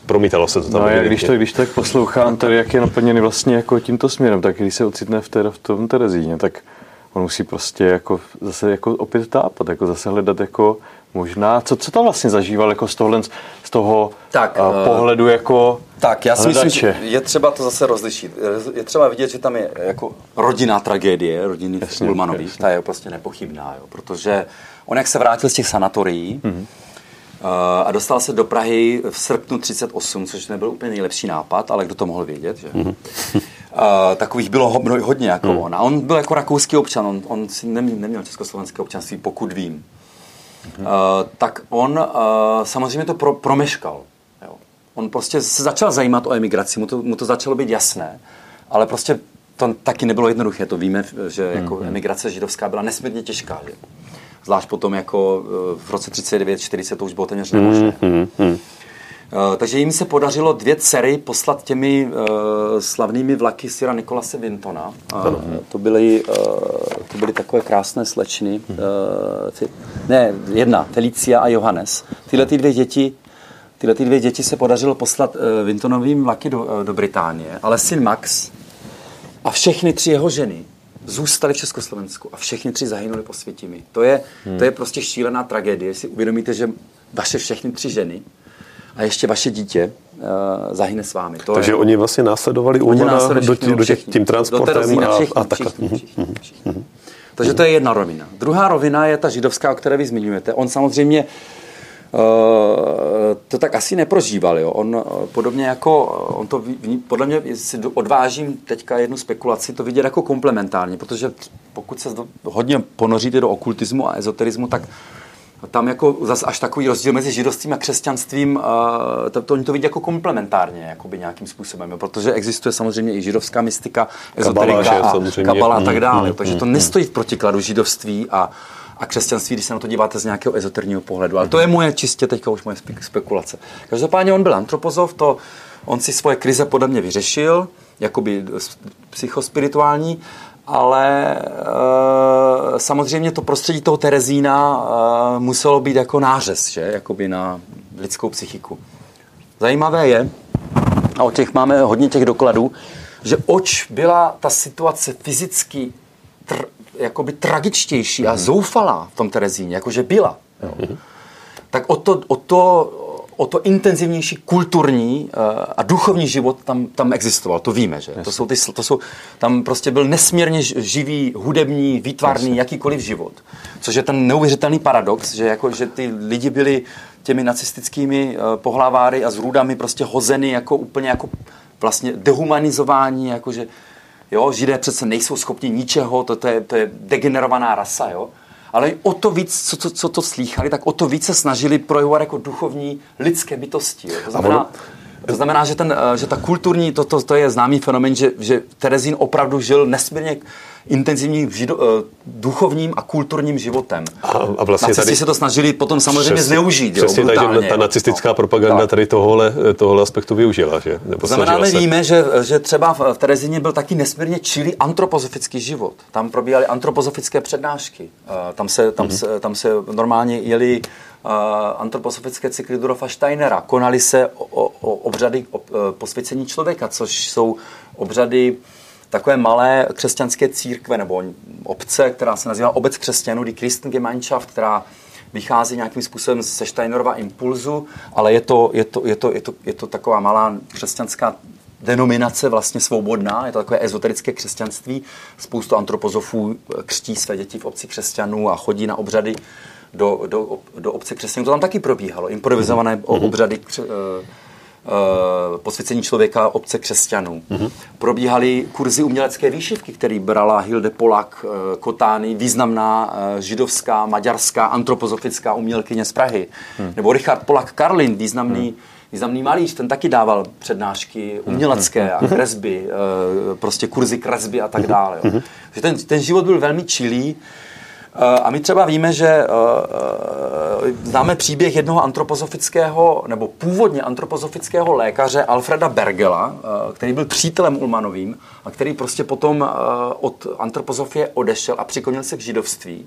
promítalo se to tam. No a když tak poslouchám tady, jak je naplněný vlastně jako tímto směrem, tak když se ocitne v tom Terezíně, tak on musí prostě jako zase jako opět tápat, jako zase hledat jako možná, co tam vlastně zažíval jako z toho pohledu jako tak, já si hledače. myslím, že je třeba to zase rozlišit. Je třeba vidět, že tam je jako rodinná tragédie, rodiny Ullmanových, ta je prostě nepochybná, jo, protože on jak se vrátil z těch sanatorií a dostal se do Prahy v srpnu 38, což nebyl úplně nejlepší nápad, ale kdo to mohl vědět, že? Takových bylo hodně jako on. A on byl jako rakouský občan, on si neměl československé občanství, pokud vím. Tak on samozřejmě to promeškal. Jo. On prostě se začal zajímat o emigraci, mu to začalo být jasné, ale prostě to taky nebylo jednoduché. To víme, že jako emigrace židovská byla nesmírně těžká. Že? Zvlášť potom jako v roce 39-40 to už bylo téměř nemožné. Takže jim se podařilo 2 dcery poslat těmi slavnými vlaky Sira Nikolase Wintona. To byly takové krásné slečny. Jedna, Felicia a Johannes. Tyhle dvě děti se podařilo poslat Wintonovým vlaky do Británie, ale syn Max a všechny 3 jeho ženy zůstali v Československu a všechny 3 zahynuli po Světimi. To je prostě šílená tragédie. Si uvědomíte, že vaše všechny 3 ženy a ještě vaše dítě zahyne s vámi. Takže oni vlastně následovali Ullmana tím transportem a takhle. Všichni. Takže to je jedna rovina. Druhá rovina je ta židovská, o které vy zmiňujete. On samozřejmě to tak asi neprožíval. Jo. On podobně jako, podle mě, si odvážím teďka jednu spekulaci, to vidět jako komplementárně, protože pokud se hodně ponoříte do okultismu a ezoterismu, tak tam jako zase až takový rozdíl mezi židovstvím a křesťanstvím, oni to vidí jako komplementárně, jakoby nějakým způsobem, protože existuje samozřejmě i židovská mystika, ezoterika a kabala a tak dále. Takže to nestojí v protikladu židovství a křesťanství, když se na to díváte z nějakého ezoterního pohledu. Ale to je moje čistě teďka už moje spekulace. Každopádně on byl antropozof, on si svoje krize podle mě vyřešil, jakoby psychospirituální, ale samozřejmě to prostředí toho Terezína muselo být jako nářez, že? Jakoby na lidskou psychiku. Zajímavé je, a o těch máme hodně těch dokladů, že oč byla ta situace fyzicky jakoby tragičtější a zoufalá v tom Terezíně, jakože byla. Jo. Tak o to intenzivnější kulturní a duchovní život tam existoval, to víme, že? Tam prostě byl nesmírně živý, hudební, výtvarný, jakýkoliv život. Což je ten neuvěřitelný paradox, že ty lidi byli těmi nacistickými pohlaváry a zrůdami prostě hozeny jako úplně jako vlastně dehumanizování, jakože jo, Židé přece nejsou schopni ničeho, to je degenerovaná rasa, jo. Ale o to víc, co to slýchali, tak o to víc se snažili projevovat jako duchovní lidské bytosti. Jo. To znamená, že ta kulturní, to je známý fenomén, že Terezín opravdu žil nesmírně intenzivním duchovním a kulturním životem. A vlastně nacisti se to snažili potom samozřejmě zneužít. Přesně ta nacistická propaganda tady tohle aspektu využila. Že? To znamená, my víme, že třeba v Terezíně byl taky nesmírně čilý antropozofický život. Tam probíhaly antropozofické přednášky. Tam se normálně jeli antropozofické cykly Rudolfa Steinera. Konaly se obřady posvěcení člověka, což jsou obřady takové malé křesťanské církve nebo obce, která se nazývá Obec křesťanů, die Christengemeinschaft, která vychází nějakým způsobem ze Steinerova impulzu, ale je to taková malá křesťanská denominace, vlastně svobodná, je to takové ezoterické křesťanství. Spoustu antropozofů křtí své děti v obci křesťanů a chodí na obřady do obce křesťanů. To tam taky probíhalo, improvizované obřady posvěcení člověka obce křesťanů. Probíhaly kurzy umělecké výšivky, který brala Hilde Polak Kotány, významná židovská, maďarská, antropozofická umělkyně z Prahy. Nebo Richard Polak Karlin, významný malíř, ten taky dával přednášky umělecké a kresby, prostě kurzy kresby a tak dále. Ten život byl velmi čilý. A my třeba víme, že známe příběh jednoho antropozofického, nebo původně antropozofického lékaře Alfreda Bergela, který byl přítelem Ullmanovým a který prostě potom od antropozofie odešel a přiklonil se k židovství.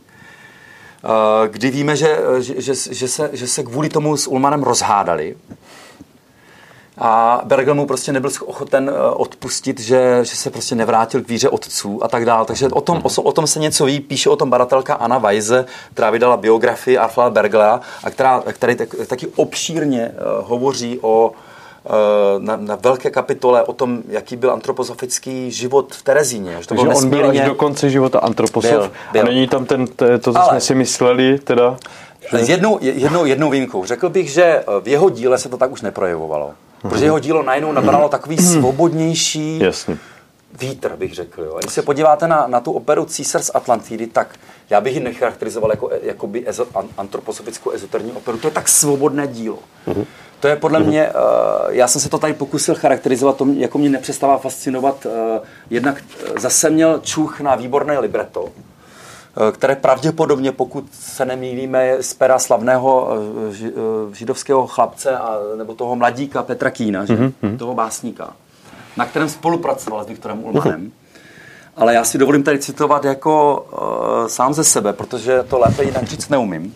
Kdy víme, že se kvůli tomu s Ullmanem rozhádali. A Bruegel mu prostě nebyl ochoten odpustit, že se prostě nevrátil k víře otců a tak dále. Takže o tom se něco ví, píše o tom badatelka Anna Weise, která vydala biografii Arfala Bruegela a který taky obšírně hovoří na velké kapitole o tom, jaký byl antropozofický život v Terezíně. Takže on byl až do konce života antroposof a není tam to, co jsme si mysleli teda? S jednou výjimkou. Řekl bych, že v jeho díle se to tak už neprojevovalo. Protože jeho dílo najednou nabralo takový svobodnější vítr, bych řekl. Jo. A když se podíváte na tu operu Císař z Atlantidy, tak já bych ji necharakterizoval jako antroposofickou ezoterní operu. To je tak svobodné dílo. To je podle mě, já jsem se to tady pokusil charakterizovat, to jako mě nepřestává fascinovat. Jednak zase měl čuch na výborné libreto, které pravděpodobně, pokud se nemýlíme, z pera slavného židovského chlapce nebo toho mladíka Petra Kína, toho básníka, na kterém spolupracoval s Viktorem Ullmannem. Ale já si dovolím tady citovat jako sám ze sebe, protože to lépe jinak říct neumím.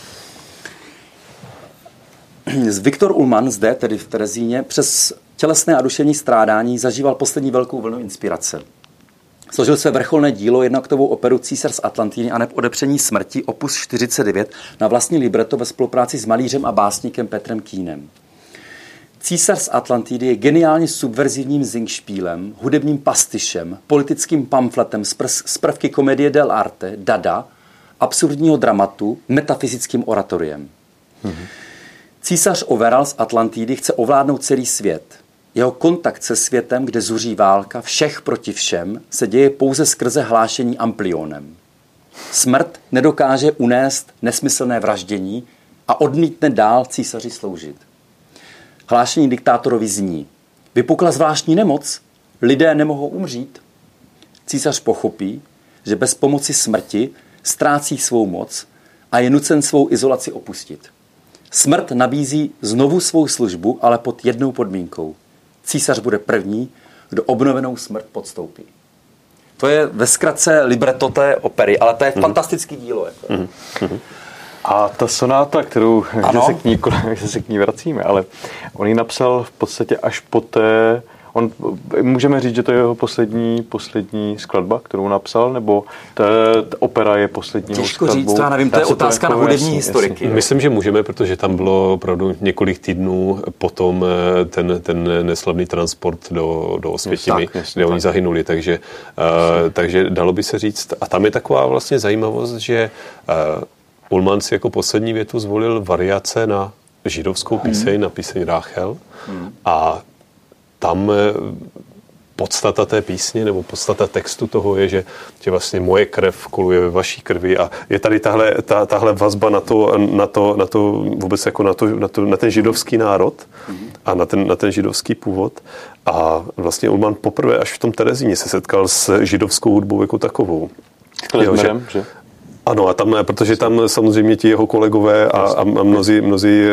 Viktor Ullmann zde, tedy v Terezíně, přes tělesné a duševní strádání zažíval poslední velkou vlnu inspirace. Složil své vrcholné dílo, jednoaktovou operu Císař z Atlantidy a neb Odepření smrti, opus 49, na vlastní libreto ve spolupráci s malířem a básníkem Petrem Kínem. Císař z Atlantidy je geniálně subverzivním singšpílem, hudebním pastišem, politickým pamfletem z prvky komedie dell'arte, Dada, absurdního dramatu, metafyzickým oratoriem. Císař Overal z Atlantidy chce ovládnout celý svět. Jeho kontakt se světem, kde zuří válka, všech proti všem, se děje pouze skrze hlášení amplionem. Smrt nedokáže unést nesmyslné vraždění a odmítne dál císaři sloužit. Hlášení diktátorovi zní: vypukla zvláštní nemoc, lidé nemohou umřít. Císař pochopí, že bez pomoci smrti ztrácí svou moc a je nucen svou izolaci opustit. Smrt nabízí znovu svou službu, ale pod jednou podmínkou. Císař bude první, kdo obnovenou smrt podstoupí. To je ve zkratce libreto té opery, ale to je fantastický dílo. Jako. A ta sonáta, kterou se k ní vracíme, ale on ji napsal v podstatě až poté, můžeme říct, že to je jeho poslední skladba, kterou napsal, nebo ta opera je poslední skladbou? Těžko říct, to já nevím, to je otázka na hudební historiky. Myslím, že můžeme, protože tam bylo opravdu několik týdnů potom ten neslavný transport do Osvětimi, kde oni zahynuli, takže dalo by se říct. A tam je taková vlastně zajímavost, že Ullmann si jako poslední větu zvolil variace na židovskou píseň, na píseň Ráchel a tam podstata té písně nebo podstata textu toho je, že vlastně moje krev koluje ve vaší krvi a je tady tahle vazba na to vůbec jako na ten židovský národ a na ten židovský původ. A vlastně Ullmann poprvé až v tom Terezíně se setkal s židovskou hudbou jako takovou. Že? Ano, a tam, protože tam samozřejmě ti jeho kolegové a mnozí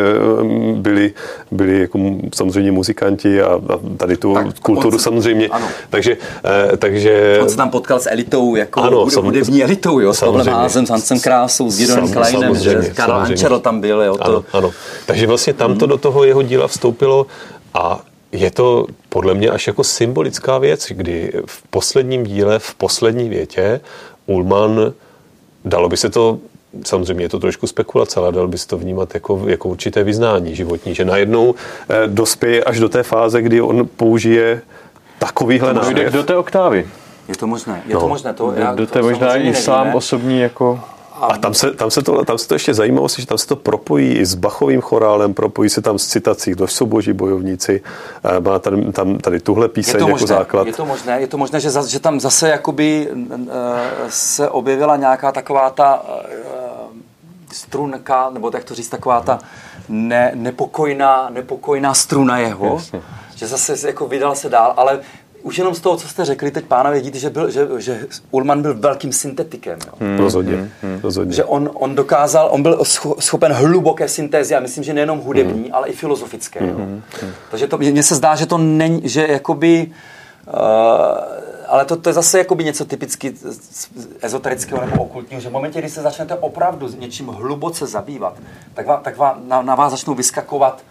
byli jako samozřejmě muzikanti a tady tu kulturu samozřejmě. Takže on se tam potkal s elitou, jako hudební elitou, jo, s Pavlem Házem, s Hansem Krásou, s Gideonem Kleinem, Karl Ančero tam byl. Jo, ano. Takže vlastně tam to do toho jeho díla vstoupilo a je to podle mě až jako symbolická věc, kdy v posledním díle, v poslední větě Ullmann, dalo by se to, samozřejmě je to trošku spekulace, ale dalo by se to vnímat jako určité vyznání životní, že najednou dospěje až do té fáze, kdy on použije takovýhle název. Do té oktávy. Je to možné. To je možná i sám osobní jako... A tam se to ještě zajímalo, že tam se to propojí i s Bachovým chorálem, propojí se tam s citací, kdo jsou boží bojovníci, má tady tuhle píseň jako základ. Je to možné, že tam zase jakoby se objevila nějaká taková ta strunka, nebo jak to říct, taková ta nepokojná struna jeho, jasně. Že zase jako vydal se dál, ale už jenom z toho, co jste řekli teď, pánové, vidíte, že Ullmann byl velkým syntetikem. Rozhodně. Že on dokázal, on byl schopen hluboké syntézy, a myslím, že nejenom hudební, ale i filozofické. Takže mně se zdá, že to není, že jakoby, ale to je zase jakoby něco typicky ezoterického nebo okultního, že v momentě, kdy se začnete opravdu s něčím hluboce zabývat, tak na vás začnou vyskakovat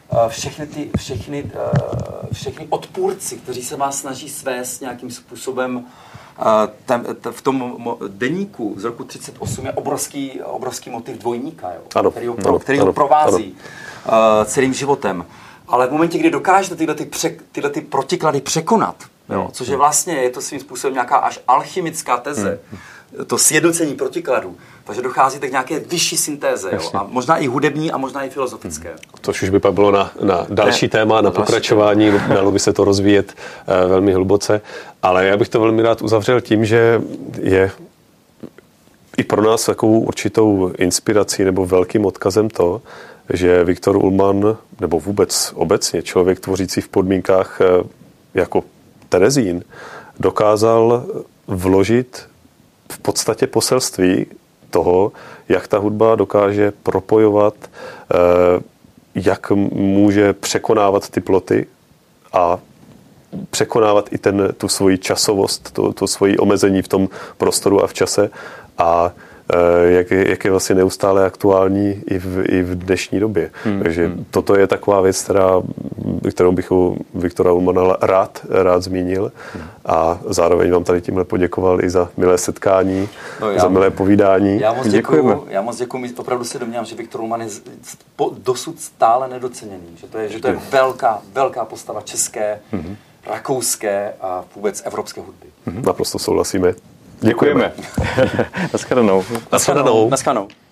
všechny odpůrci, kteří se vás snaží svést nějakým způsobem. V tom deníku z roku 38 je obrovský motiv dvojníka, jo, ano, který ho provází celým životem. Ale v momentě, kdy dokážete tyhle protiklady překonat, jo, což je vlastně, je to svým způsobem nějaká až alchymická teze, to sjednocení protikladů, takže docházíte k nějaké vyšší syntéze, jo, a možná i hudební a možná i filozofické. Což už by pak bylo na další téma, na pokračování, dalo by se to rozvíjet velmi hluboce, ale já bych to velmi rád uzavřel tím, že je i pro nás takovou určitou inspirací nebo velkým odkazem to, že Viktor Ullmann, nebo vůbec obecně člověk tvořící v podmínkách jako Terezín, dokázal vložit v podstatě poselství toho, jak ta hudba dokáže propojovat, jak může překonávat ty ploty a překonávat i tu svoji časovost, to svoji omezení v tom prostoru a v čase a jak je vlastně neustále aktuální i v dnešní době. Takže toto je taková věc, kterou bych u Viktora Ullmanna rád zmínil a zároveň vám tady tímhle poděkoval i za milé setkání, za milé povídání. Já moc děkuju. Opravdu se domnívám, že Viktor Ullmann je dosud stále nedoceněný. Že to je velká postava české, rakouské a vůbec evropské hudby. Naprosto souhlasíme. Děkujeme. Naschledanou. Naschledanou.